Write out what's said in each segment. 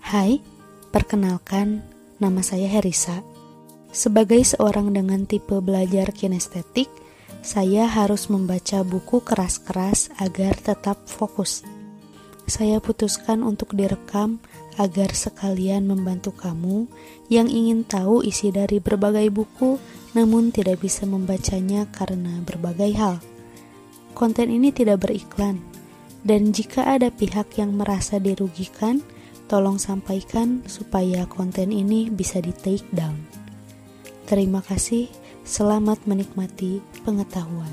Hai, perkenalkan, nama saya Herisa. Sebagai seorang dengan tipe belajar kinestetik, saya harus membaca buku keras-keras agar tetap fokus. Saya putuskan untuk direkam agar sekalian membantu kamu yang ingin tahu isi dari berbagai buku namun tidak bisa membacanya karena berbagai hal. Konten ini tidak beriklan, dan jika ada pihak yang merasa dirugikan, tolong sampaikan supaya konten ini bisa di-take down. Terima kasih, selamat menikmati pengetahuan.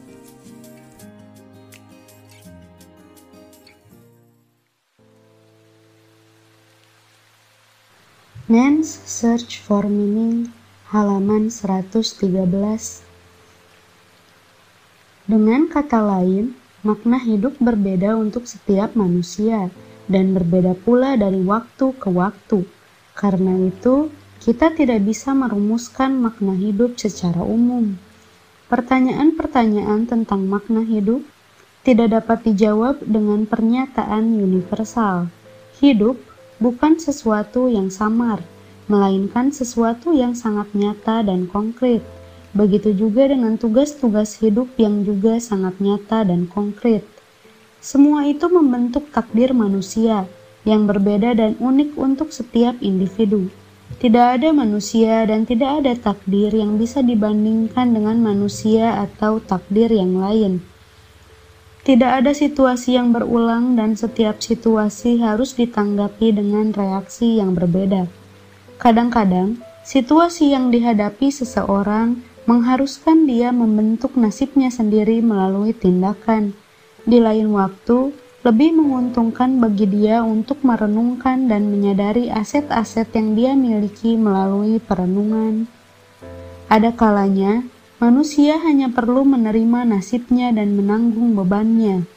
Man's Search for Meaning, halaman 113. Dengan kata lain, makna hidup berbeda untuk setiap manusia dan berbeda pula dari waktu ke waktu. Karena itu, kita tidak bisa merumuskan makna hidup secara umum. Pertanyaan-pertanyaan tentang makna hidup tidak dapat dijawab dengan pernyataan universal. Hidup bukan sesuatu yang samar, melainkan sesuatu yang sangat nyata dan konkret. Begitu juga dengan tugas-tugas hidup yang juga sangat nyata dan konkret. Semua itu membentuk takdir manusia yang berbeda dan unik untuk setiap individu. Tidak ada manusia dan tidak ada takdir yang bisa dibandingkan dengan manusia atau takdir yang lain. Tidak ada situasi yang berulang dan setiap situasi harus ditanggapi dengan reaksi yang berbeda. Kadang-kadang, situasi yang dihadapi seseorang mengharuskan dia membentuk nasibnya sendiri melalui tindakan. Di lain waktu, lebih menguntungkan bagi dia untuk merenungkan dan menyadari aset-aset yang dia miliki melalui perenungan. Ada kalanya, manusia hanya perlu menerima nasibnya dan menanggung bebannya.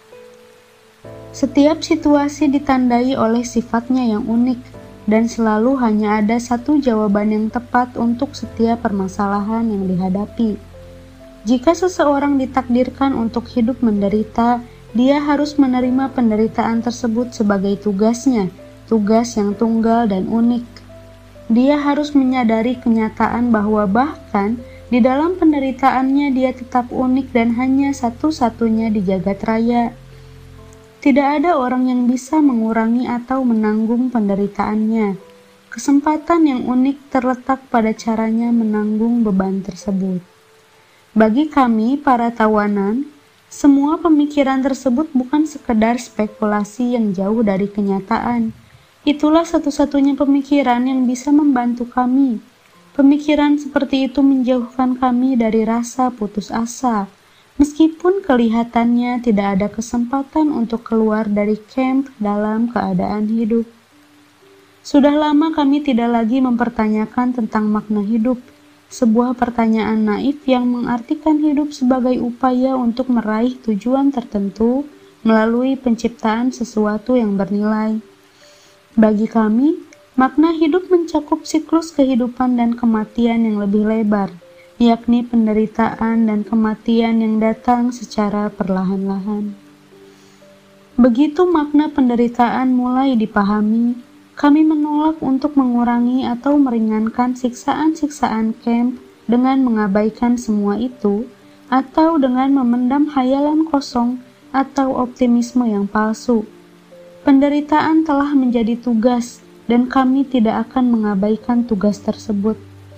Setiap situasi ditandai oleh sifatnya yang unik, dan selalu hanya ada satu jawaban yang tepat untuk setiap permasalahan yang dihadapi. Jika seseorang ditakdirkan untuk hidup menderita, dia harus menerima penderitaan tersebut sebagai tugasnya, tugas yang tunggal dan unik. Dia harus menyadari kenyataan bahwa bahkan di dalam penderitaannya dia tetap unik dan hanya satu-satunya di jagat raya. Tidak ada orang yang bisa mengurangi atau menanggung penderitaannya. Kesempatan yang unik terletak pada caranya menanggung beban tersebut. Bagi kami, para tawanan, semua pemikiran tersebut bukan sekedar spekulasi yang jauh dari kenyataan. Itulah satu-satunya pemikiran yang bisa membantu kami. Pemikiran seperti itu menjauhkan kami dari rasa putus asa. Meskipun kelihatannya tidak ada kesempatan untuk keluar dari camp dalam keadaan hidup. Sudah lama kami tidak lagi mempertanyakan tentang makna hidup, sebuah pertanyaan naif yang mengartikan hidup sebagai upaya untuk meraih tujuan tertentu melalui penciptaan sesuatu yang bernilai. Bagi kami, makna hidup mencakup siklus kehidupan dan kematian yang lebih lebar, yakni penderitaan dan kematian yang datang secara perlahan-lahan. Begitu makna penderitaan mulai dipahami, kami menolak untuk mengurangi atau meringankan siksaan-siksaan camp dengan mengabaikan semua itu, atau dengan memendam hayalan kosong atau optimisme yang palsu. Penderitaan telah menjadi tugas, dan kami tidak akan mengabaikan tugas tersebut.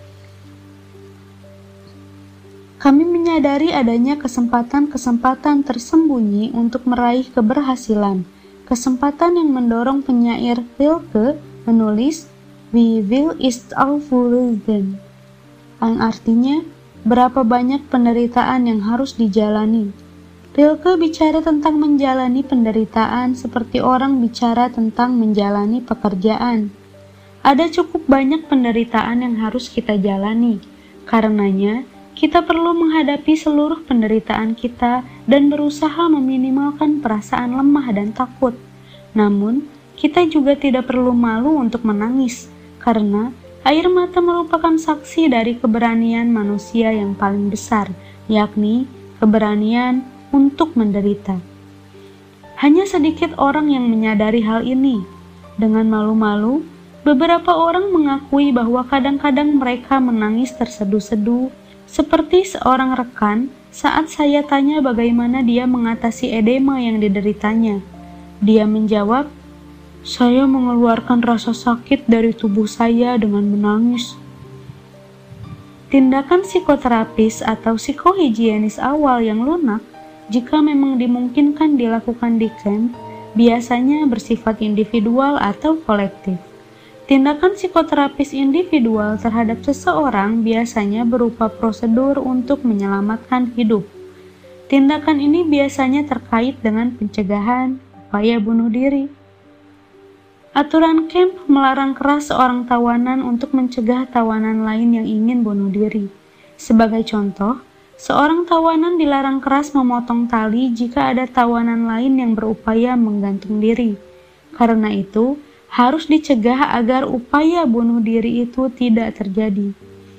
Kami menyadari adanya kesempatan-kesempatan tersembunyi untuk meraih keberhasilan, kesempatan yang mendorong penyair Rilke menulis "We will ist aufwürden", yang artinya berapa banyak penderitaan yang harus dijalani. Rilke bicara tentang menjalani penderitaan seperti orang bicara tentang menjalani pekerjaan. Ada cukup banyak penderitaan yang harus kita jalani, karenanya kita perlu menghadapi seluruh penderitaan kita dan berusaha meminimalkan perasaan lemah dan takut. Namun, kita juga tidak perlu malu untuk menangis, karena air mata merupakan saksi dari keberanian manusia yang paling besar, yakni keberanian untuk menderita. Hanya sedikit orang yang menyadari hal ini. Dengan malu-malu, beberapa orang mengakui bahwa kadang-kadang mereka menangis terseduh-seduh, seperti seorang rekan saat saya tanya bagaimana dia mengatasi edema yang dideritanya. Dia menjawab, "Saya mengeluarkan rasa sakit dari tubuh saya dengan menangis." Tindakan psikoterapis atau psikohigienis awal yang lunak, jika memang dimungkinkan dilakukan di camp, biasanya bersifat individual atau kolektif. Tindakan psikoterapis individual terhadap seseorang biasanya berupa prosedur untuk menyelamatkan hidup. Tindakan ini biasanya terkait dengan pencegahan upaya bunuh diri. Aturan camp melarang keras seorang tawanan untuk mencegah tawanan lain yang ingin bunuh diri. Sebagai contoh, seorang tawanan dilarang keras memotong tali jika ada tawanan lain yang berupaya menggantung diri. Karena itu, harus dicegah agar upaya bunuh diri itu tidak terjadi.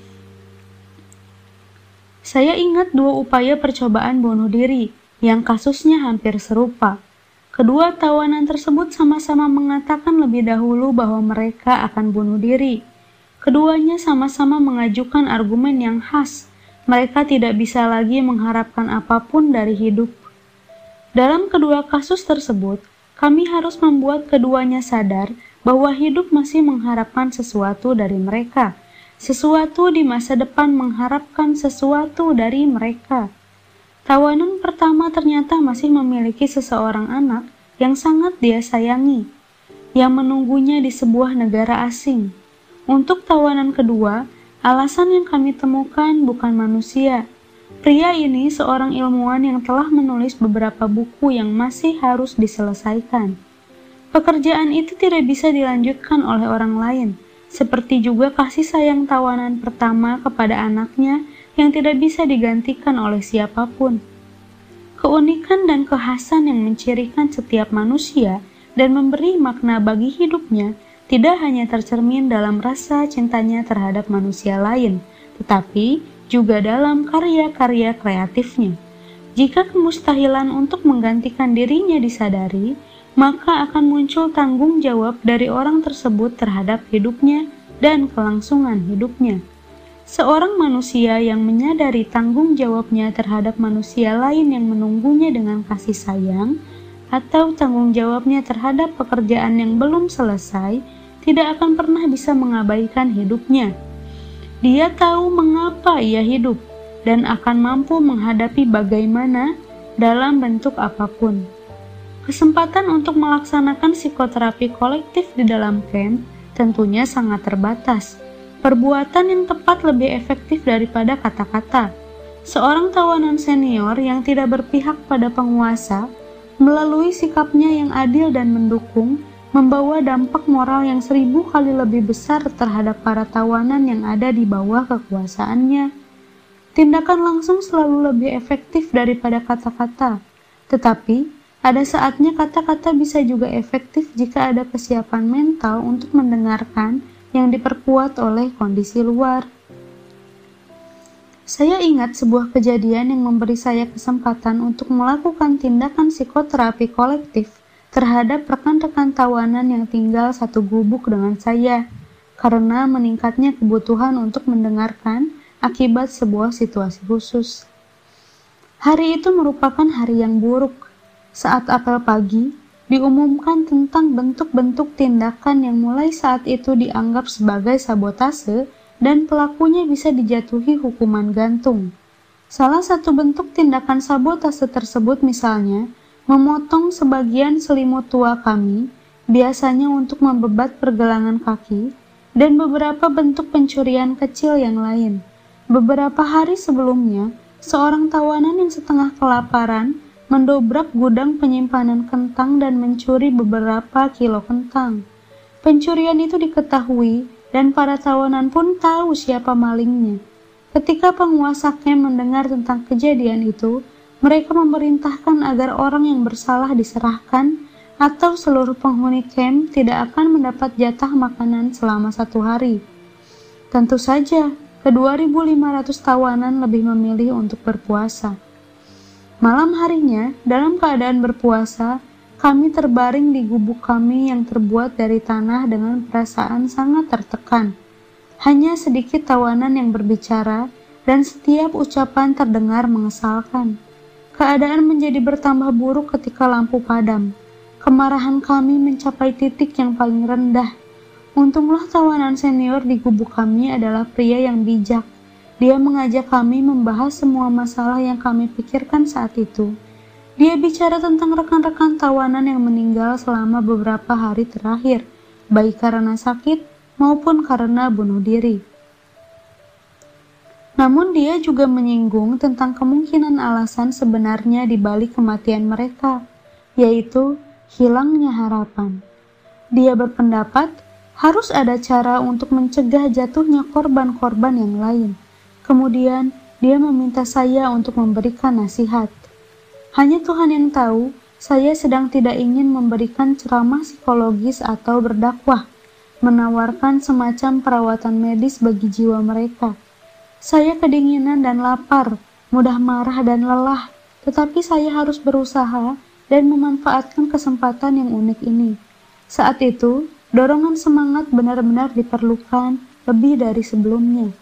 Saya ingat 2 upaya percobaan bunuh diri yang kasusnya hampir serupa. Kedua tawanan tersebut sama-sama mengatakan lebih dahulu bahwa mereka akan bunuh diri. Keduanya sama-sama mengajukan argumen yang khas. Mereka tidak bisa lagi mengharapkan apapun dari hidup. Dalam kedua kasus tersebut, kami harus membuat keduanya sadar bahwa hidup masih mengharapkan sesuatu dari mereka. Sesuatu di masa depan mengharapkan sesuatu dari mereka. Tawanan pertama ternyata masih memiliki seseorang anak yang sangat dia sayangi, yang menunggunya di sebuah negara asing. Untuk tawanan kedua, alasan yang kami temukan bukan manusia. Pria ini seorang ilmuwan yang telah menulis beberapa buku yang masih harus diselesaikan. Pekerjaan itu tidak bisa dilanjutkan oleh orang lain, seperti juga kasih sayang tawanan pertama kepada anaknya yang tidak bisa digantikan oleh siapapun. Keunikan dan kekhasan yang mencirikan setiap manusia dan memberi makna bagi hidupnya tidak hanya tercermin dalam rasa cintanya terhadap manusia lain, tetapi juga dalam karya-karya kreatifnya. Jika kemustahilan untuk menggantikan dirinya disadari, maka akan muncul tanggung jawab dari orang tersebut terhadap hidupnya dan kelangsungan hidupnya. Seorang manusia yang menyadari tanggung jawabnya terhadap manusia lain yang menunggunya dengan kasih sayang, atau tanggung jawabnya terhadap pekerjaan yang belum selesai, tidak akan pernah bisa mengabaikan hidupnya. Dia tahu mengapa ia hidup, dan akan mampu menghadapi bagaimana dalam bentuk apapun. Kesempatan untuk melaksanakan psikoterapi kolektif di dalam camp tentunya sangat terbatas. Perbuatan yang tepat lebih efektif daripada kata-kata. Seorang tawanan senior yang tidak berpihak pada penguasa, melalui sikapnya yang adil dan mendukung, membawa dampak moral yang 1000 kali lebih besar terhadap para tawanan yang ada di bawah kekuasaannya. Tindakan langsung selalu lebih efektif daripada kata-kata, tetapi ada saatnya kata-kata bisa juga efektif jika ada kesiapan mental untuk mendengarkan yang diperkuat oleh kondisi luar. Saya ingat sebuah kejadian yang memberi saya kesempatan untuk melakukan tindakan psikoterapi kolektif terhadap rekan-rekan tawanan yang tinggal satu gubuk dengan saya, karena meningkatnya kebutuhan untuk mendengarkan akibat sebuah situasi khusus. Hari itu merupakan hari yang buruk. Saat apel pagi, diumumkan tentang bentuk-bentuk tindakan yang mulai saat itu dianggap sebagai sabotase dan pelakunya bisa dijatuhi hukuman gantung. Salah satu bentuk tindakan sabotase tersebut misalnya, memotong sebagian selimut tua kami, biasanya untuk membebat pergelangan kaki, dan beberapa bentuk pencurian kecil yang lain. Beberapa hari sebelumnya, seorang tawanan yang setengah kelaparan mendobrak gudang penyimpanan kentang dan mencuri beberapa kilo kentang. Pencurian itu diketahui dan para tawanan pun tahu siapa malingnya. Ketika penguasa camp mendengar tentang kejadian itu, mereka memerintahkan agar orang yang bersalah diserahkan atau seluruh penghuni camp tidak akan mendapat jatah makanan selama 1 hari. Tentu saja, ke-2.500 tawanan lebih memilih untuk berpuasa. Malam harinya, dalam keadaan berpuasa, Kami terbaring di gubuk kami yang terbuat dari tanah dengan perasaan sangat tertekan. Hanya sedikit tawanan yang berbicara, dan setiap ucapan terdengar mengesalkan. Keadaan menjadi bertambah buruk ketika lampu padam. Kemarahan kami mencapai titik yang paling rendah. Untunglah tawanan senior di gubuk kami adalah pria yang bijak. Dia mengajak kami membahas semua masalah yang kami pikirkan saat itu. Dia bicara tentang rekan-rekan tawanan yang meninggal selama beberapa hari terakhir, baik karena sakit maupun karena bunuh diri. Namun dia juga menyinggung tentang kemungkinan alasan sebenarnya di balik kematian mereka, yaitu hilangnya harapan. Dia berpendapat harus ada cara untuk mencegah jatuhnya korban-korban yang lain. Kemudian dia meminta saya untuk memberikan nasihat. Hanya Tuhan yang tahu, saya sedang tidak ingin memberikan ceramah psikologis atau berdakwah, menawarkan semacam perawatan medis bagi jiwa mereka. Saya kedinginan dan lapar, mudah marah dan lelah, tetapi saya harus berusaha dan memanfaatkan kesempatan yang unik ini. Saat itu, dorongan semangat benar-benar diperlukan lebih dari sebelumnya.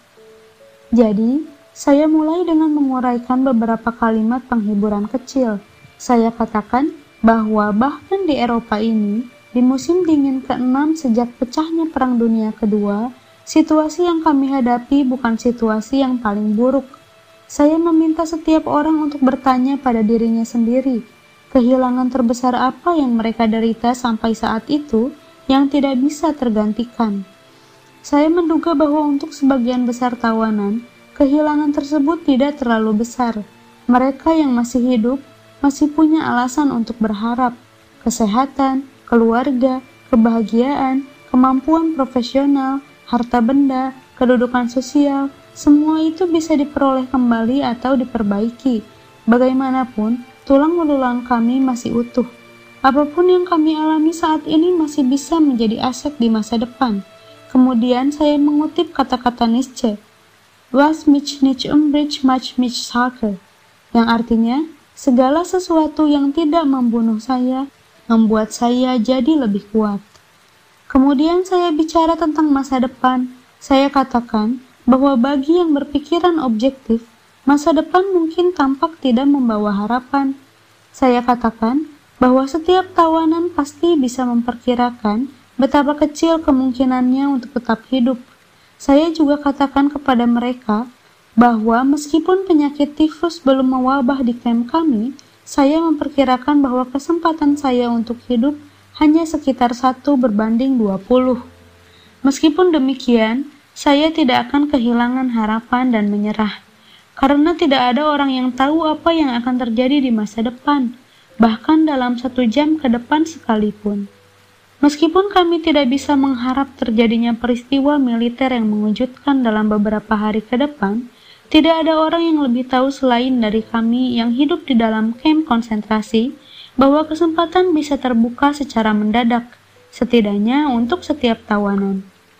Jadi, saya mulai dengan menguraikan beberapa kalimat penghiburan kecil. Saya katakan bahwa bahkan di Eropa ini, di musim dingin ke-6 sejak pecahnya Perang Dunia Kedua, situasi yang kami hadapi bukan situasi yang paling buruk. Saya meminta setiap orang untuk bertanya pada dirinya sendiri, kehilangan terbesar apa yang mereka derita sampai saat itu yang tidak bisa tergantikan. Saya menduga bahwa untuk sebagian besar tawanan, kehilangan tersebut tidak terlalu besar. Mereka yang masih hidup masih punya alasan untuk berharap, kesehatan, keluarga, kebahagiaan, kemampuan profesional, harta benda, kedudukan sosial, semua itu bisa diperoleh kembali atau diperbaiki. Bagaimanapun, tulang belulang kami masih utuh. Apapun yang kami alami saat ini masih bisa menjadi aset di masa depan. Kemudian saya mengutip kata-kata Nietzsche, Was mich nicht umbridge macht mich starker, yang artinya, segala sesuatu yang tidak membunuh saya, membuat saya jadi lebih kuat. Kemudian saya bicara tentang masa depan. Saya katakan bahwa bagi yang berpikiran objektif, masa depan mungkin tampak tidak membawa harapan. Saya katakan bahwa setiap tawanan pasti bisa memperkirakan betapa kecil kemungkinannya untuk tetap hidup. Saya juga katakan kepada mereka bahwa meskipun penyakit tifus belum mewabah di kamp kami, saya memperkirakan bahwa kesempatan saya untuk hidup hanya sekitar 1:20. Meskipun demikian, saya tidak akan kehilangan harapan dan menyerah, karena tidak ada orang yang tahu apa yang akan terjadi di masa depan, bahkan dalam 1 jam ke depan sekalipun. Meskipun kami tidak bisa mengharap terjadinya peristiwa militer yang mengejutkan dalam beberapa hari ke depan, tidak ada orang yang lebih tahu selain dari kami yang hidup di dalam kamp konsentrasi, bahwa kesempatan bisa terbuka secara mendadak, setidaknya untuk setiap tawanan.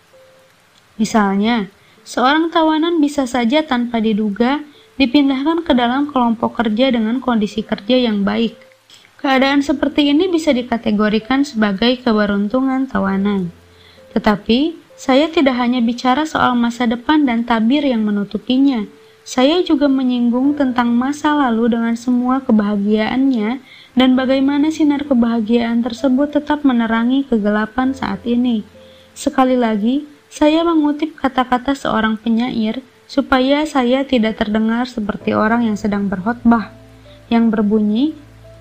Misalnya, seorang tawanan bisa saja tanpa diduga dipindahkan ke dalam kelompok kerja dengan kondisi kerja yang baik. Keadaan seperti ini bisa dikategorikan sebagai keberuntungan tawanan. Tetapi, saya tidak hanya bicara soal masa depan dan tabir yang menutupinya. Saya juga menyinggung tentang masa lalu dengan semua kebahagiaannya dan bagaimana sinar kebahagiaan tersebut tetap menerangi kegelapan saat ini. Sekali lagi, saya mengutip kata-kata seorang penyair supaya saya tidak terdengar seperti orang yang sedang berkhotbah, yang berbunyi,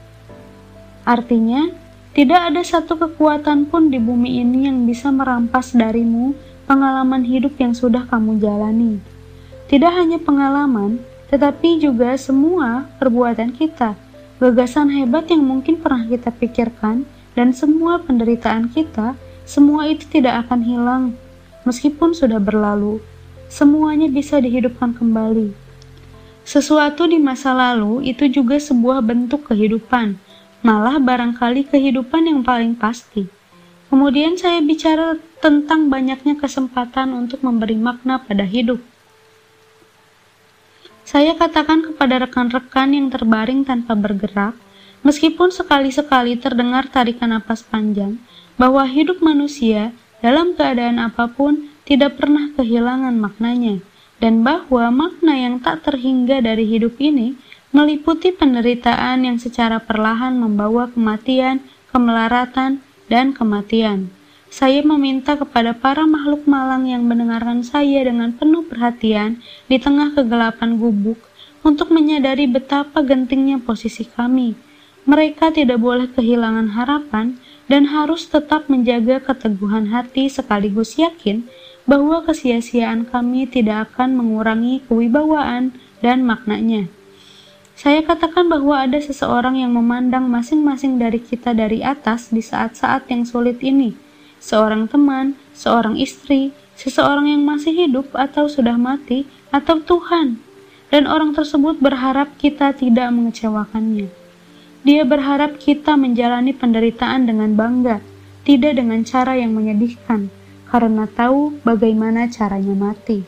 artinya, tidak ada satu kekuatan pun di bumi ini yang bisa merampas darimu pengalaman hidup yang sudah kamu jalani. Tidak hanya pengalaman, tetapi juga semua perbuatan kita, gagasan hebat yang mungkin pernah kita pikirkan, dan semua penderitaan kita, semua itu tidak akan hilang. Meskipun sudah berlalu, semuanya bisa dihidupkan kembali. Sesuatu di masa lalu itu juga sebuah bentuk kehidupan, malah barangkali kehidupan yang paling pasti. Kemudian saya bicara tentang banyaknya kesempatan untuk memberi makna pada hidup. Saya katakan kepada rekan-rekan yang terbaring tanpa bergerak Meskipun sekali-sekali terdengar tarikan napas panjang, bahwa hidup manusia dalam keadaan apapun tidak pernah kehilangan maknanya, dan bahwa makna yang tak terhingga dari hidup ini meliputi penderitaan yang secara perlahan membawa kematian, kemelaratan, dan kematian. Saya meminta kepada para makhluk malang yang mendengarkan saya dengan penuh perhatian di tengah kegelapan gubuk untuk menyadari betapa gentingnya posisi kami. Mereka tidak boleh kehilangan harapan dan harus tetap menjaga keteguhan hati sekaligus yakin bahwa kesia-siaan kami tidak akan mengurangi kewibawaan dan maknanya. Saya katakan bahwa ada seseorang yang memandang masing-masing dari kita dari atas di saat-saat yang sulit ini. Seorang teman, seorang istri, seseorang yang masih hidup atau sudah mati, atau Tuhan. Dan orang tersebut berharap kita tidak mengecewakannya. Dia berharap kita menjalani penderitaan dengan bangga, tidak dengan cara yang menyedihkan, karena tahu bagaimana caranya mati.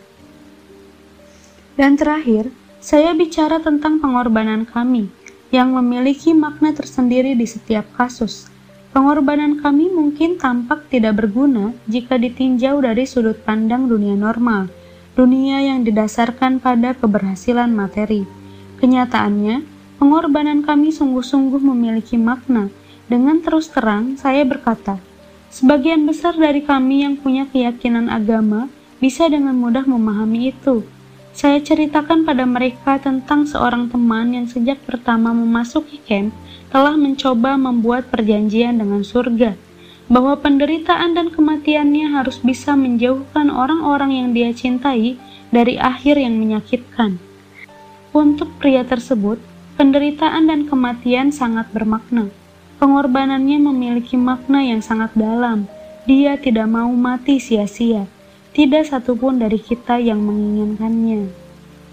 Dan terakhir, saya bicara tentang pengorbanan kami, yang memiliki makna tersendiri di setiap kasus. Pengorbanan kami mungkin tampak tidak berguna jika ditinjau dari sudut pandang dunia normal, dunia yang didasarkan pada keberhasilan materi. Kenyataannya, pengorbanan kami sungguh-sungguh memiliki makna. Dengan terus terang, saya berkata, sebagian besar dari kami yang punya keyakinan agama bisa dengan mudah memahami itu. Saya ceritakan pada mereka tentang seorang teman yang sejak pertama memasuki camp telah mencoba membuat perjanjian dengan surga, bahwa penderitaan dan kematiannya harus bisa menjauhkan orang-orang yang dia cintai dari akhir yang menyakitkan. Untuk pria tersebut, penderitaan dan kematian sangat bermakna. Pengorbanannya memiliki makna yang sangat dalam. Dia tidak mau mati sia-sia. Tidak satupun dari kita yang menginginkannya.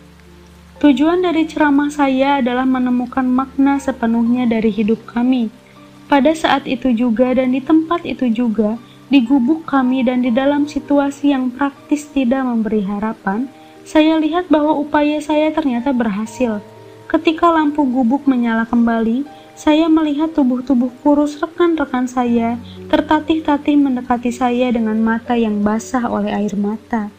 Tujuan dari ceramah saya adalah menemukan makna sepenuhnya dari hidup kami. Pada saat itu juga dan di tempat itu juga, di gubuk kami dan di dalam situasi yang praktis tidak memberi harapan, saya lihat bahwa upaya saya ternyata berhasil. Ketika lampu gubuk menyala kembali, saya melihat tubuh-tubuh kurus rekan-rekan saya tertatih-tatih mendekati saya dengan mata yang basah oleh air mata.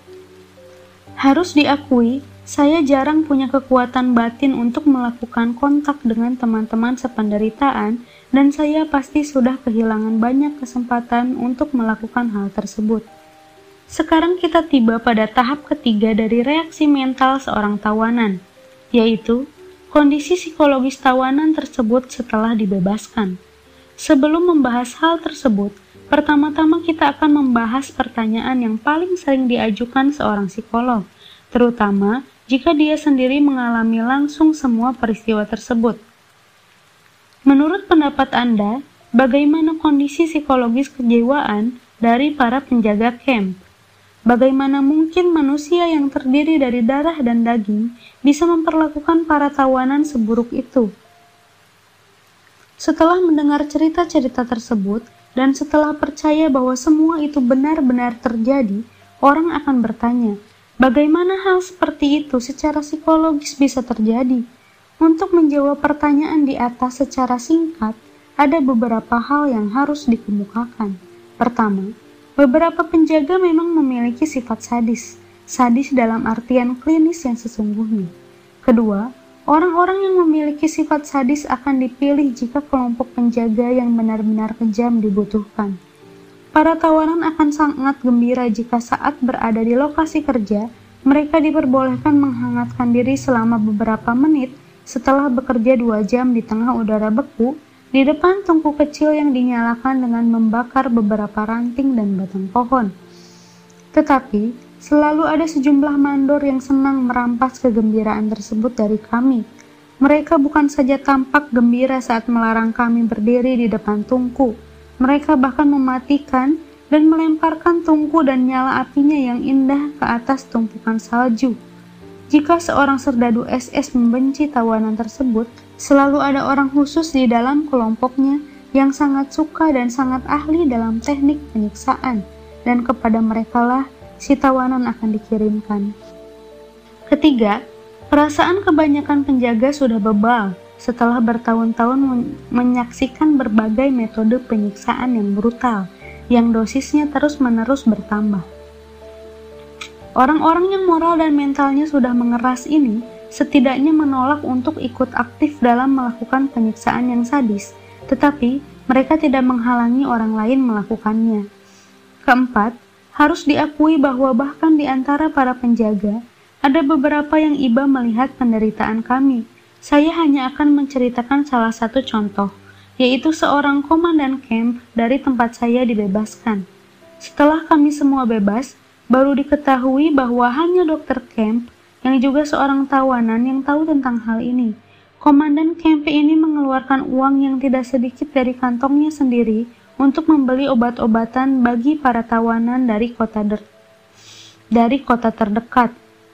Harus diakui, saya jarang punya kekuatan batin untuk melakukan kontak dengan teman-teman sependeritaan, dan saya pasti sudah kehilangan banyak kesempatan untuk melakukan hal tersebut. Sekarang kita tiba pada tahap ketiga dari reaksi mental seorang tawanan, yaitu kondisi psikologis tawanan tersebut setelah dibebaskan. Sebelum membahas hal tersebut, pertama-tama kita akan membahas pertanyaan yang paling sering diajukan seorang psikolog, terutama jika dia sendiri mengalami langsung semua peristiwa tersebut. Menurut pendapat Anda, bagaimana kondisi psikologis kejiwaan dari para penjaga camp? Bagaimana mungkin manusia yang terdiri dari darah dan daging bisa memperlakukan para tawanan seburuk itu? Setelah mendengar cerita-cerita tersebut, dan setelah percaya bahwa semua itu benar-benar terjadi, orang akan bertanya, bagaimana hal seperti itu secara psikologis bisa terjadi? Untuk menjawab pertanyaan di atas secara singkat, ada beberapa hal yang harus dikemukakan. Pertama, beberapa penjaga memang memiliki sifat sadis. Sadis dalam artian klinis yang sesungguhnya. Kedua, orang-orang yang memiliki sifat sadis akan dipilih jika kelompok penjaga yang benar-benar kejam dibutuhkan. Para tawanan akan sangat gembira jika saat berada di lokasi kerja, mereka diperbolehkan menghangatkan diri selama beberapa menit setelah bekerja 2 jam di tengah udara beku, di depan tungku kecil yang dinyalakan dengan membakar beberapa ranting dan batang pohon. Tetapi, selalu ada sejumlah mandor yang senang merampas kegembiraan tersebut dari kami. Mereka bukan saja tampak gembira saat melarang kami berdiri di depan tungku, mereka bahkan mematikan dan melemparkan tungku dan nyala apinya yang indah ke atas tumpukan salju. Jika seorang serdadu SS membenci tawanan tersebut, selalu ada orang khusus di dalam kelompoknya yang sangat suka dan sangat ahli dalam teknik penyiksaan, dan kepada merekalah si tawanan akan dikirimkan. Ketiga, perasaan kebanyakan penjaga sudah bebal. setelah bertahun-tahun menyaksikan berbagai metode penyiksaan yang brutal, yang dosisnya terus-menerus bertambah. Orang-orang yang moral dan mentalnya sudah mengeras ini setidaknya menolak untuk ikut aktif dalam melakukan penyiksaan yang sadis, tetapi mereka tidak menghalangi orang lain melakukannya. Keempat, harus diakui bahwa bahkan di antara para penjaga, ada beberapa yang iba melihat penderitaan kami. Saya hanya akan menceritakan salah satu contoh, yaitu seorang komandan camp dari tempat saya dibebaskan. Setelah kami semua bebas, baru diketahui bahwa hanya dokter camp yang juga seorang tawanan yang tahu tentang hal ini. Komandan camp ini mengeluarkan uang yang tidak sedikit dari kantongnya sendiri untuk membeli obat-obatan bagi para tawanan dari kota terdekat.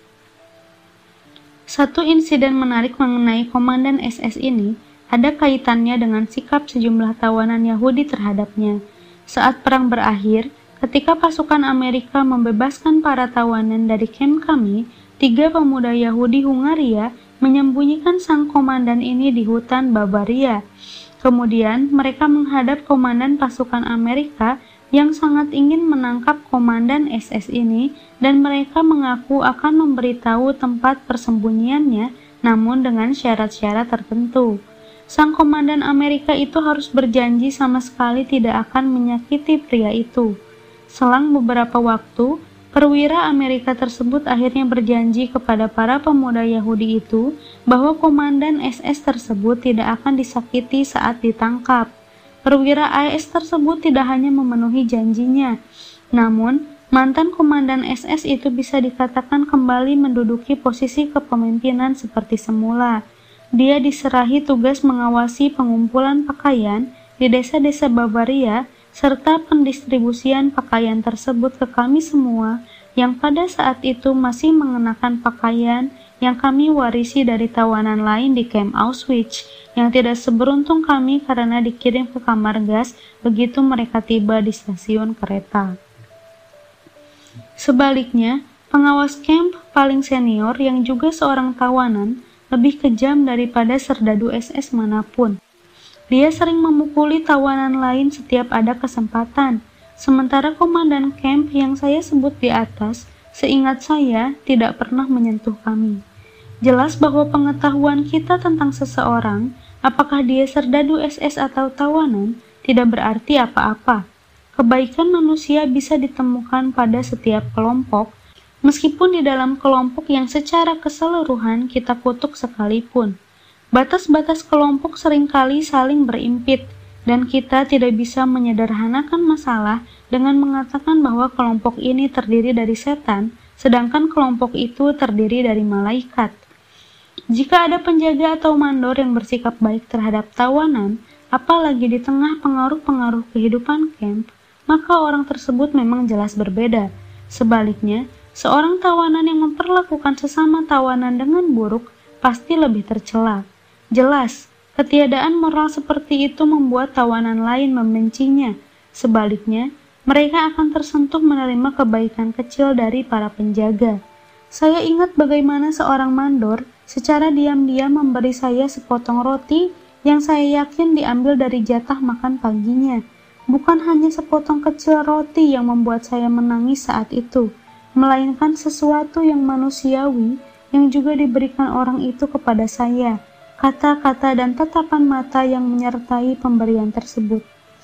Satu insiden menarik mengenai komandan SS ini ada kaitannya dengan sikap sejumlah tawanan Yahudi terhadapnya. Saat perang berakhir, ketika pasukan Amerika membebaskan para tawanan dari kamp kami, 3 pemuda Yahudi Hungaria menyembunyikan sang komandan ini di hutan Bavaria. Kemudian mereka menghadap komandan pasukan Amerika yang sangat ingin menangkap komandan SS ini, dan mereka mengaku akan memberitahu tempat persembunyiannya, namun dengan syarat-syarat tertentu. Sang komandan Amerika itu harus berjanji sama sekali tidak akan menyakiti pria itu. Selang beberapa waktu, perwira Amerika tersebut akhirnya berjanji kepada para pemuda Yahudi itu bahwa komandan SS tersebut tidak akan disakiti saat ditangkap. Perwira AS tersebut tidak hanya memenuhi janjinya, namun mantan komandan SS itu bisa dikatakan kembali menduduki posisi kepemimpinan seperti semula. Dia diserahi tugas mengawasi pengumpulan pakaian di desa-desa Bavaria serta pendistribusian pakaian tersebut ke kami semua yang pada saat itu masih mengenakan pakaian yang kami warisi dari tawanan lain di kamp Auschwitz yang tidak seberuntung kami karena dikirim ke kamar gas begitu mereka tiba di stasiun kereta. Sebaliknya, pengawas camp paling senior yang juga seorang tawanan lebih kejam daripada serdadu SS manapun. Dia sering memukuli tawanan lain setiap ada kesempatan, sementara komandan camp yang saya sebut di atas, seingat saya, tidak pernah menyentuh kami. Jelas bahwa pengetahuan kita tentang seseorang, apakah dia serdadu SS atau tawanan, tidak berarti apa-apa. Kebaikan manusia bisa ditemukan pada setiap kelompok, meskipun di dalam kelompok yang secara keseluruhan kita kutuk sekalipun. Batas-batas kelompok seringkali saling berimpit, dan kita tidak bisa menyederhanakan masalah dengan mengatakan bahwa kelompok ini terdiri dari setan, sedangkan kelompok itu terdiri dari malaikat. Jika ada penjaga atau mandor yang bersikap baik terhadap tawanan, apalagi di tengah pengaruh-pengaruh kehidupan camp, maka orang tersebut memang jelas berbeda. Sebaliknya, seorang tawanan yang memperlakukan sesama tawanan dengan buruk pasti lebih tercela. Jelas, ketiadaan moral seperti itu membuat tawanan lain membencinya. Sebaliknya, mereka akan tersentuh menerima kebaikan kecil dari para penjaga. Saya ingat bagaimana seorang mandor secara diam-diam memberi saya sepotong roti yang saya yakin diambil dari jatah makan paginya. Bukan hanya sepotong kecil roti yang membuat saya menangis saat itu, melainkan sesuatu yang manusiawi yang juga diberikan orang itu kepada saya, kata-kata dan tatapan mata yang menyertai pemberian tersebut.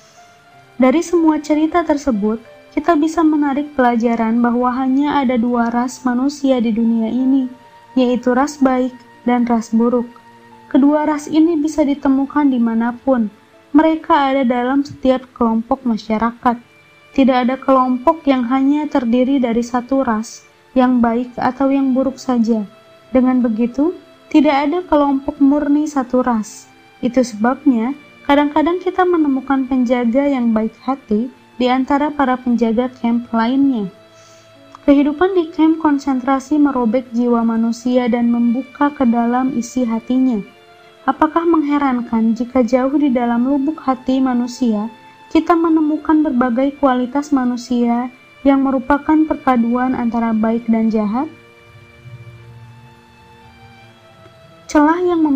Dari semua cerita tersebut, kita bisa menarik pelajaran bahwa hanya ada 2 ras manusia di dunia ini, yaitu ras baik dan ras buruk. Kedua ras ini bisa ditemukan dimanapun. Mereka ada dalam setiap kelompok masyarakat. Tidak ada kelompok yang hanya terdiri dari satu ras, yang baik atau yang buruk saja. Dengan begitu, tidak ada kelompok murni satu ras. Itu sebabnya, kadang-kadang kita menemukan penjaga yang baik hati di antara para penjaga camp lainnya. Kehidupan di kamp konsentrasi merobek jiwa manusia dan membuka ke dalam isi hatinya. Apakah mengherankan jika jauh di dalam lubuk hati manusia, kita menemukan berbagai kualitas manusia yang merupakan perpaduan antara baik dan jahat? Celah yang memiliki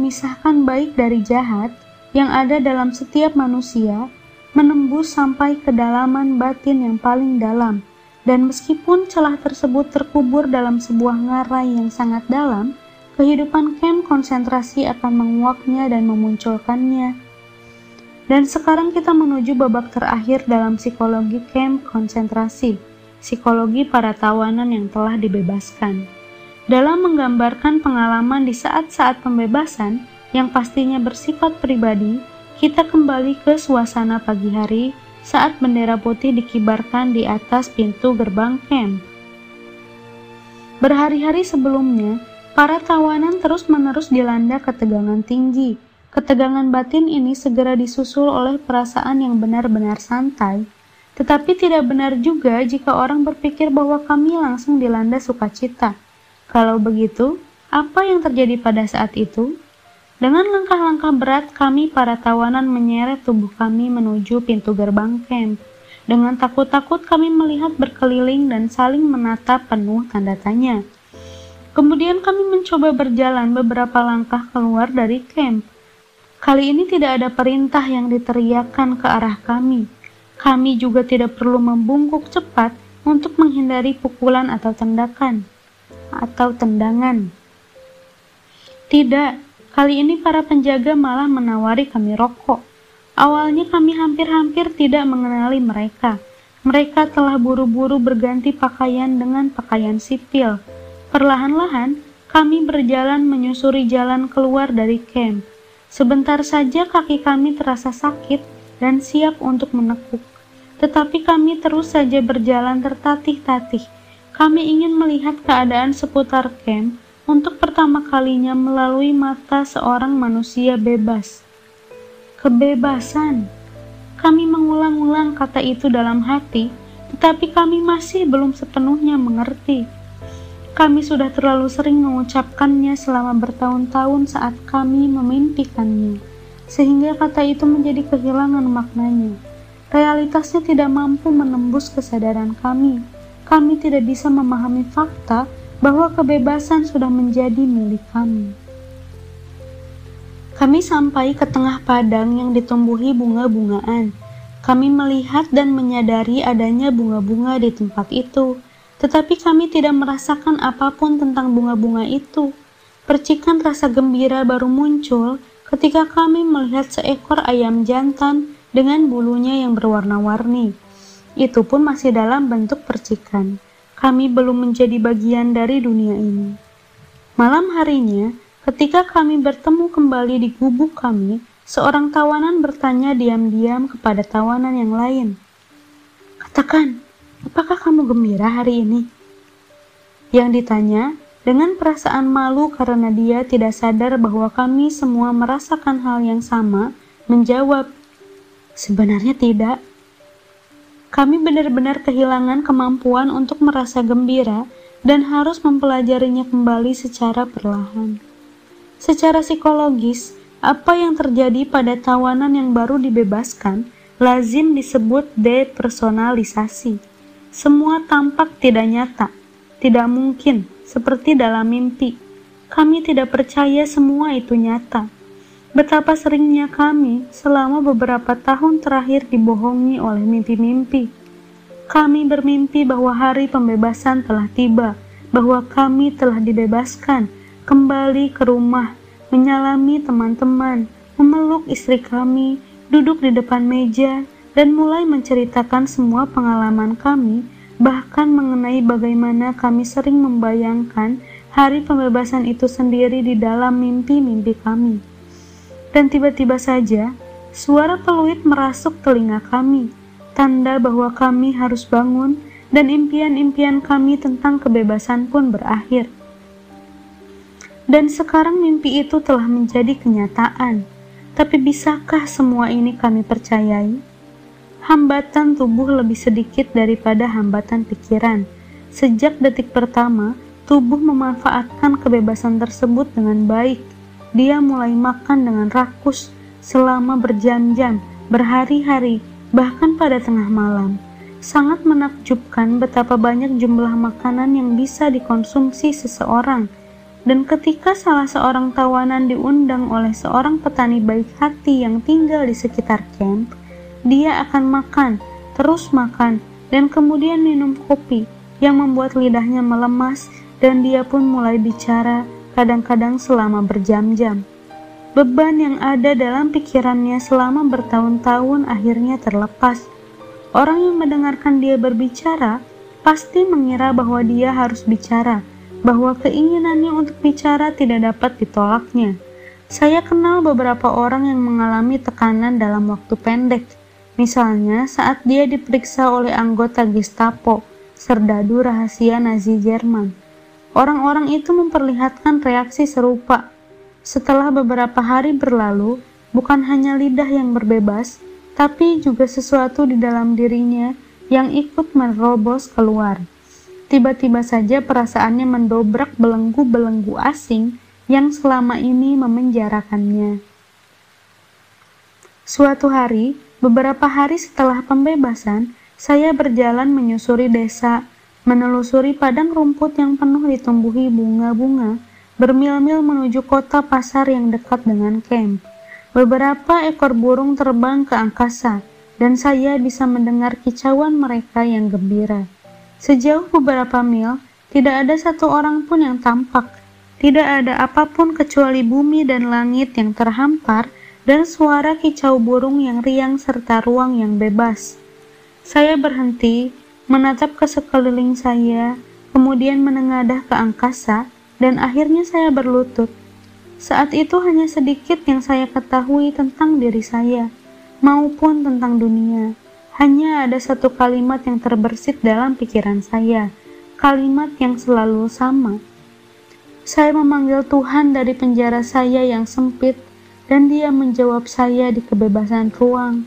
memisahkan baik dari jahat yang ada dalam setiap manusia, menembus sampai kedalaman batin yang paling dalam. Dan meskipun celah tersebut terkubur dalam sebuah ngarai yang sangat dalam, kehidupan kamp konsentrasi akan menguaknya dan memunculkannya. Dan sekarang kita menuju babak terakhir dalam psikologi kamp konsentrasi, psikologi para tawanan yang telah dibebaskan. Dalam menggambarkan pengalaman di saat-saat pembebasan yang pastinya bersifat pribadi, kita kembali ke suasana pagi hari saat bendera putih dikibarkan di atas pintu gerbang kamp. Berhari-hari sebelumnya, para tawanan terus-menerus dilanda ketegangan tinggi. Ketegangan batin ini segera disusul oleh perasaan yang benar-benar santai, tetapi tidak benar juga jika orang berpikir bahwa kami langsung dilanda sukacita. Kalau begitu, apa yang terjadi pada saat itu? Dengan langkah-langkah berat, kami para tawanan menyeret tubuh kami menuju pintu gerbang kamp. Dengan takut-takut kami melihat berkeliling dan saling menatap penuh tanda tanya. Kemudian kami mencoba berjalan beberapa langkah keluar dari kamp. Kali ini tidak ada perintah yang diteriakkan ke arah kami. Kami juga tidak perlu membungkuk cepat untuk menghindari pukulan atau tendangan. Tidak. Kali ini para penjaga malah menawari kami rokok. Awalnya kami hampir-hampir tidak mengenali mereka. Mereka telah buru-buru berganti pakaian dengan pakaian sipil. Perlahan-lahan, kami berjalan menyusuri jalan keluar dari kamp. Sebentar saja kaki kami terasa sakit dan siap untuk menekuk. Tetapi kami terus saja berjalan tertatih-tatih. Kami ingin melihat keadaan seputar kamp untuk pertama kalinya melalui mata seorang manusia bebas. Kebebasan. Kami mengulang-ulang kata itu dalam hati, tetapi kami masih belum sepenuhnya mengerti. Kami sudah terlalu sering mengucapkannya selama bertahun-tahun saat kami memimpikannya, sehingga kata itu menjadi kehilangan maknanya. Realitasnya tidak mampu menembus kesadaran kami. Kami tidak bisa memahami fakta bahwa kebebasan sudah menjadi milik kami. Kami sampai ke tengah padang yang ditumbuhi bunga-bungaan. Kami melihat dan menyadari adanya bunga-bunga di tempat itu, tetapi kami tidak merasakan apapun tentang bunga-bunga itu. Percikan rasa gembira baru muncul ketika kami melihat seekor ayam jantan dengan bulunya yang berwarna-warni. Itu pun masih dalam bentuk percikan. Kami belum menjadi bagian dari dunia ini. Malam harinya, ketika kami bertemu kembali di gubuk kami, seorang tawanan bertanya diam-diam kepada tawanan yang lain. "Katakan, apakah kamu gembira hari ini?" Yang ditanya dengan perasaan malu karena dia tidak sadar bahwa kami semua merasakan hal yang sama, menjawab, "Sebenarnya tidak." Kami benar-benar kehilangan kemampuan untuk merasa gembira dan harus mempelajarinya kembali secara perlahan. Secara psikologis, apa yang terjadi pada tawanan yang baru dibebaskan lazim disebut depersonalisasi. Semua tampak tidak nyata, tidak mungkin, seperti dalam mimpi. Kami tidak percaya semua itu nyata. Betapa seringnya kami selama beberapa tahun terakhir dibohongi oleh mimpi-mimpi. Kami bermimpi bahwa hari pembebasan telah tiba, bahwa kami telah dibebaskan, kembali ke rumah, menyalami teman-teman, memeluk istri kami, duduk di depan meja, dan mulai menceritakan semua pengalaman kami, bahkan mengenai bagaimana kami sering membayangkan hari pembebasan itu sendiri di dalam mimpi-mimpi kami. Dan tiba-tiba saja, suara peluit merasuk telinga kami, tanda bahwa kami harus bangun dan impian-impian kami tentang kebebasan pun berakhir. Dan sekarang mimpi itu telah menjadi kenyataan. Tapi bisakah semua ini kami percayai? Hambatan tubuh lebih sedikit daripada hambatan pikiran. Sejak detik pertama, tubuh memanfaatkan kebebasan tersebut dengan baik. Dia mulai makan dengan rakus selama berjam-jam, berhari-hari, bahkan pada tengah malam. Sangat menakjubkan betapa banyak jumlah makanan yang bisa dikonsumsi seseorang. Dan ketika salah seorang tawanan diundang oleh seorang petani baik hati yang tinggal di sekitar camp, dia akan makan, terus makan, dan kemudian minum kopi yang membuat lidahnya melemas, dan dia pun mulai bicara, kadang-kadang selama berjam-jam. Beban yang ada dalam pikirannya selama bertahun-tahun akhirnya terlepas. Orang yang mendengarkan dia berbicara pasti mengira bahwa dia harus bicara, bahwa keinginannya untuk bicara tidak dapat ditolaknya. Saya kenal beberapa orang yang mengalami tekanan dalam waktu pendek. Misalnya saat dia diperiksa oleh anggota Gestapo, serdadu rahasia Nazi Jerman. Orang-orang itu memperlihatkan reaksi serupa. Setelah beberapa hari berlalu, bukan hanya lidah yang berbebas, tapi juga sesuatu di dalam dirinya yang ikut menerobos keluar. Tiba-tiba saja perasaannya mendobrak belenggu-belenggu asing yang selama ini memenjarakannya. Suatu hari, beberapa hari setelah pembebasan, saya berjalan menyusuri desa, menelusuri padang rumput yang penuh ditumbuhi bunga-bunga, bermil-mil menuju kota pasar yang dekat dengan camp. Beberapa ekor burung terbang ke angkasa, dan saya bisa mendengar kicauan mereka yang gembira. Sejauh beberapa mil, tidak ada satu orang pun yang tampak. Tidak ada apapun kecuali bumi dan langit yang terhampar, dan suara kicau burung yang riang serta ruang yang bebas. Saya berhenti, menatap ke sekeliling saya, kemudian menengadah ke angkasa, dan akhirnya saya berlutut. Saat itu hanya sedikit yang saya ketahui tentang diri saya, maupun tentang dunia. Hanya ada satu kalimat yang terbersit dalam pikiran saya, kalimat yang selalu sama. Saya memanggil Tuhan dari penjara saya yang sempit, dan Dia menjawab saya di kebebasan ruang.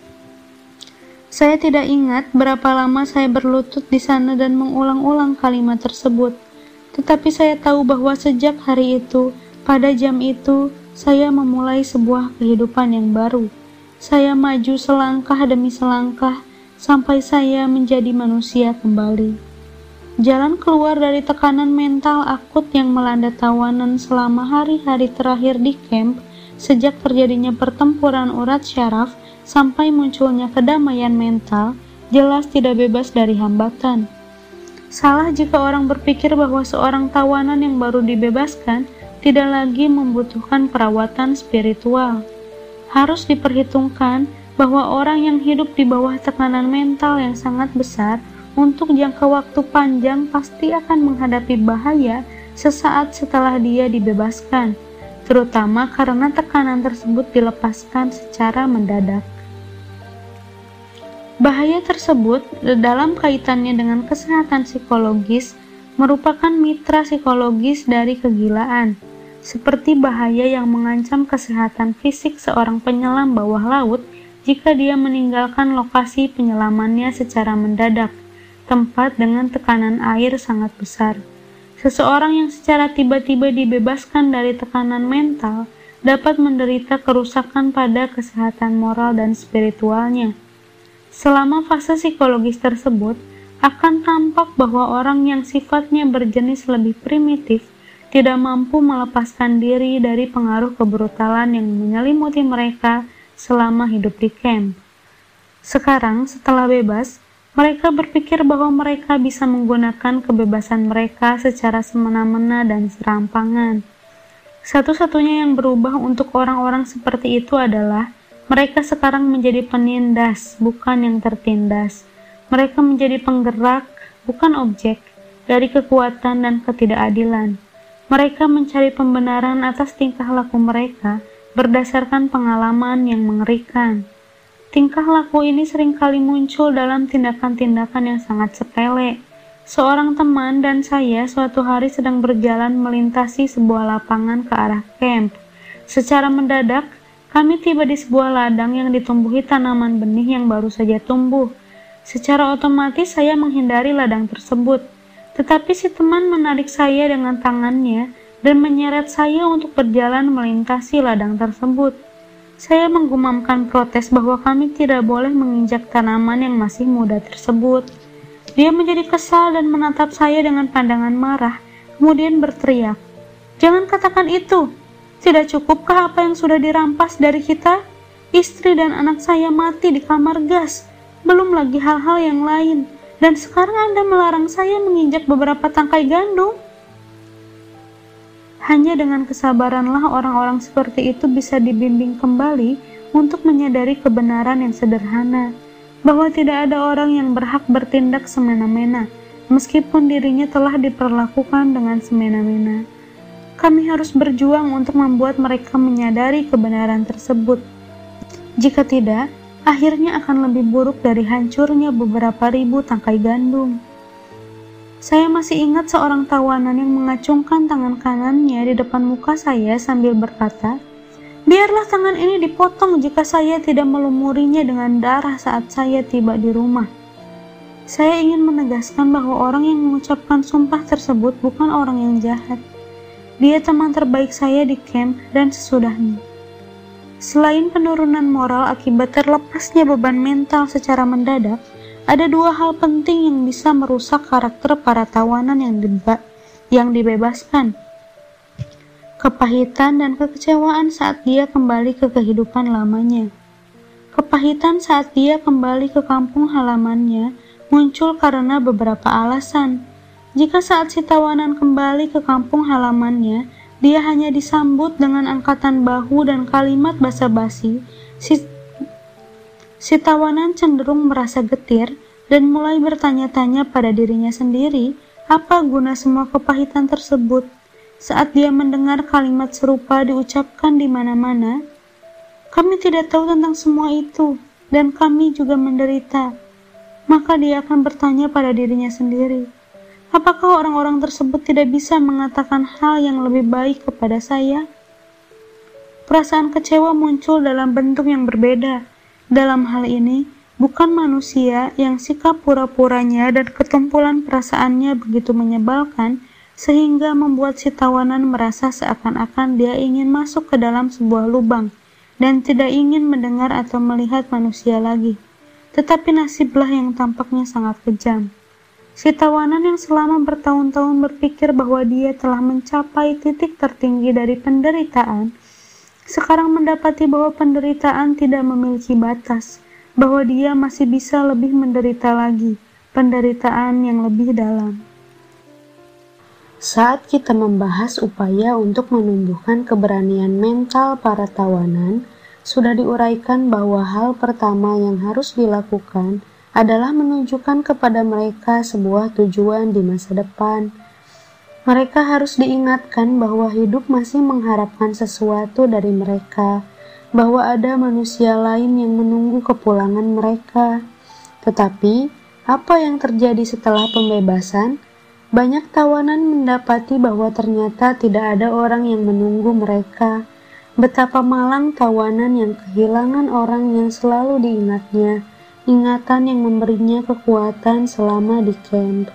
Saya tidak ingat berapa lama saya berlutut di sana dan mengulang-ulang kalimat tersebut. Tetapi saya tahu bahwa sejak hari itu, pada jam itu, saya memulai sebuah kehidupan yang baru. Saya maju selangkah demi selangkah, sampai saya menjadi manusia kembali. Jalan keluar dari tekanan mental akut yang melanda tawanan selama hari-hari terakhir di camp, sejak terjadinya pertempuran urat syaraf sampai munculnya kedamaian mental, jelas tidak bebas dari hambatan. Salah jika orang berpikir bahwa seorang tawanan yang baru dibebaskan tidak lagi membutuhkan perawatan spiritual. Harus diperhitungkan bahwa orang yang hidup di bawah tekanan mental yang sangat besar untuk jangka waktu panjang pasti akan menghadapi bahaya sesaat setelah dia dibebaskan, terutama karena tekanan tersebut dilepaskan secara mendadak. Bahaya tersebut dalam kaitannya dengan kesehatan psikologis merupakan mitra psikologis dari kegilaan, seperti bahaya yang mengancam kesehatan fisik seorang penyelam bawah laut jika dia meninggalkan lokasi penyelamannya secara mendadak, tempat dengan tekanan air sangat besar. Seseorang yang secara tiba-tiba dibebaskan dari tekanan mental dapat menderita kerusakan pada kesehatan moral dan spiritualnya. Selama fase psikologis tersebut, akan tampak bahwa orang yang sifatnya berjenis lebih primitif tidak mampu melepaskan diri dari pengaruh kebrutalan yang menyelimuti mereka selama hidup di camp. Sekarang, setelah bebas, mereka berpikir bahwa mereka bisa menggunakan kebebasan mereka secara semena-mena dan serampangan. Satu-satunya yang berubah untuk orang-orang seperti itu adalah mereka sekarang menjadi penindas, bukan yang tertindas. Mereka menjadi penggerak, bukan objek, dari kekuatan dan ketidakadilan. Mereka mencari pembenaran atas tingkah laku mereka berdasarkan pengalaman yang mengerikan. Tingkah laku ini seringkali muncul dalam tindakan-tindakan yang sangat sepele. Seorang teman dan saya suatu hari sedang berjalan melintasi sebuah lapangan ke arah camp. Secara mendadak, kami tiba di sebuah ladang yang ditumbuhi tanaman benih yang baru saja tumbuh. Secara otomatis saya menghindari ladang tersebut, tetapi si teman menarik saya dengan tangannya dan menyeret saya untuk berjalan melintasi ladang tersebut. Saya menggumamkan protes bahwa kami tidak boleh menginjak tanaman yang masih muda tersebut. Dia menjadi kesal dan menatap saya dengan pandangan marah, kemudian berteriak, Jangan katakan itu. Tidak cukupkah apa yang sudah dirampas dari kita? Istri dan anak saya mati di kamar gas. Belum lagi hal-hal yang lain. Dan sekarang Anda melarang saya menginjak beberapa tangkai gandum. Hanya dengan kesabaranlah orang-orang seperti itu bisa dibimbing kembali untuk menyadari kebenaran yang sederhana, bahwa tidak ada orang yang berhak bertindak semena-mena, meskipun dirinya telah diperlakukan dengan semena-mena. Kami harus berjuang untuk membuat mereka menyadari kebenaran tersebut. Jika tidak, akhirnya akan lebih buruk dari hancurnya beberapa ribu tangkai gandum. Saya masih ingat seorang tawanan yang mengacungkan tangan kanannya di depan muka saya sambil berkata, "Biarlah tangan ini dipotong jika saya tidak melumurinya dengan darah saat saya tiba di rumah." Saya ingin menegaskan bahwa orang yang mengucapkan sumpah tersebut bukan orang yang jahat. Dia teman terbaik saya di camp dan sesudahnya. Selain penurunan moral akibat terlepasnya beban mental secara mendadak, ada dua hal penting yang bisa merusak karakter para tawanan yang dibebaskan. Kepahitan dan kekecewaan saat dia kembali ke kehidupan lamanya. Kepahitan saat dia kembali ke kampung halamannya muncul karena beberapa alasan. Jika saat si tawanan kembali ke kampung halamannya, dia hanya disambut dengan angkatan bahu dan kalimat basa-basi, si tawanan cenderung merasa getir dan mulai bertanya-tanya pada dirinya sendiri, apa guna semua kepahitan tersebut? Saat dia mendengar kalimat serupa diucapkan di mana-mana, kami tidak tahu tentang semua itu, dan kami juga menderita. Maka dia akan bertanya pada dirinya sendiri, apakah orang-orang tersebut tidak bisa mengatakan hal yang lebih baik kepada saya? Perasaan kecewa muncul dalam bentuk yang berbeda. Dalam hal ini, bukan manusia yang sikap pura-puranya dan ketumpulan perasaannya begitu menyebalkan sehingga membuat si tawanan merasa seakan-akan dia ingin masuk ke dalam sebuah lubang dan tidak ingin mendengar atau melihat manusia lagi. Tetapi nasiblah yang tampaknya sangat kejam. Si tawanan yang selama bertahun-tahun berpikir bahwa dia telah mencapai titik tertinggi dari penderitaan, sekarang mendapati bahwa penderitaan tidak memiliki batas, bahwa dia masih bisa lebih menderita lagi, penderitaan yang lebih dalam. Saat kita membahas upaya untuk menumbuhkan keberanian mental para tawanan, sudah diuraikan bahwa hal pertama yang harus dilakukan adalah menunjukkan kepada mereka sebuah tujuan di masa depan. Mereka harus diingatkan bahwa hidup masih mengharapkan sesuatu dari mereka, bahwa ada manusia lain yang menunggu kepulangan mereka. Tetapi, apa yang terjadi setelah pembebasan? Banyak tawanan mendapati bahwa ternyata tidak ada orang yang menunggu mereka. Betapa malang tawanan yang kehilangan orang yang selalu diingatnya, ingatan yang memberinya kekuatan selama di camp.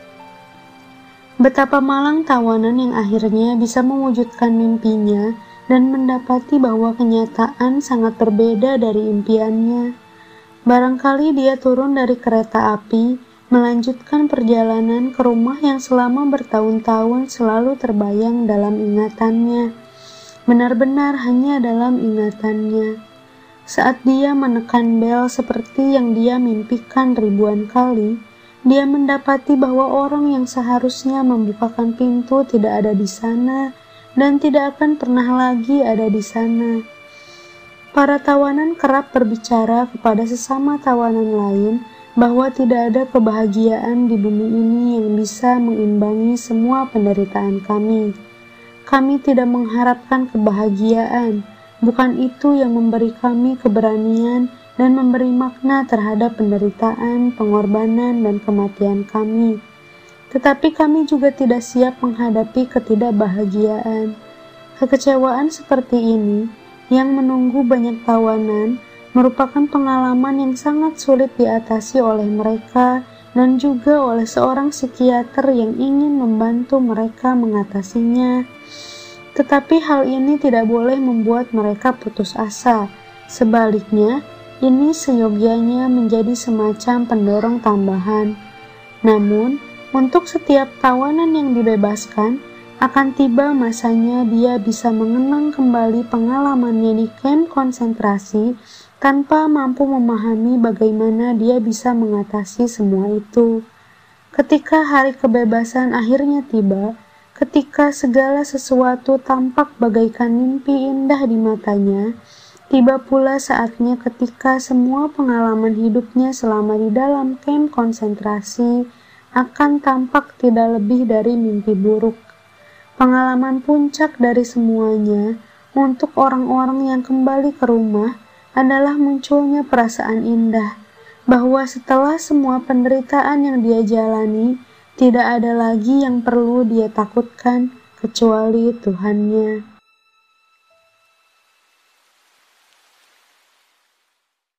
Betapa malang tawanan yang akhirnya bisa mewujudkan mimpinya dan mendapati bahwa kenyataan sangat berbeda dari impiannya. Barangkali dia turun dari kereta api, melanjutkan perjalanan ke rumah yang selama bertahun-tahun selalu terbayang dalam ingatannya. Benar-benar hanya dalam ingatannya. Saat dia menekan bel seperti yang dia mimpikan ribuan kali, dia mendapati bahwa orang yang seharusnya membukakan pintu tidak ada di sana dan tidak akan pernah lagi ada di sana. Para tawanan kerap berbicara kepada sesama tawanan lain bahwa tidak ada kebahagiaan di bumi ini yang bisa mengimbangi semua penderitaan kami. Kami tidak mengharapkan kebahagiaan, bukan itu yang memberi kami keberanian dan memberi makna terhadap penderitaan, pengorbanan, dan kematian kami. Tetapi kami juga tidak siap menghadapi ketidakbahagiaan. Kekecewaan seperti ini, yang menunggu banyak tawanan, merupakan pengalaman yang sangat sulit diatasi oleh mereka dan juga oleh seorang psikiater yang ingin membantu mereka mengatasinya. Tetapi hal ini tidak boleh membuat mereka putus asa. Sebaliknya, ini seyogyanya menjadi semacam pendorong tambahan. Namun, untuk setiap tawanan yang dibebaskan, Akan tiba masanya dia bisa mengenang kembali pengalamannya di kamp konsentrasi tanpa mampu memahami bagaimana dia bisa mengatasi semua itu. Ketika hari kebebasan akhirnya tiba, ketika segala sesuatu tampak bagaikan mimpi indah di matanya, tiba pula saatnya ketika semua pengalaman hidupnya selama di dalam kamp konsentrasi akan tampak tidak lebih dari mimpi buruk. Pengalaman puncak dari semuanya untuk orang-orang yang kembali ke rumah adalah munculnya perasaan indah bahwa setelah semua penderitaan yang dia jalani, tidak ada lagi yang perlu dia takutkan kecuali Tuhannya.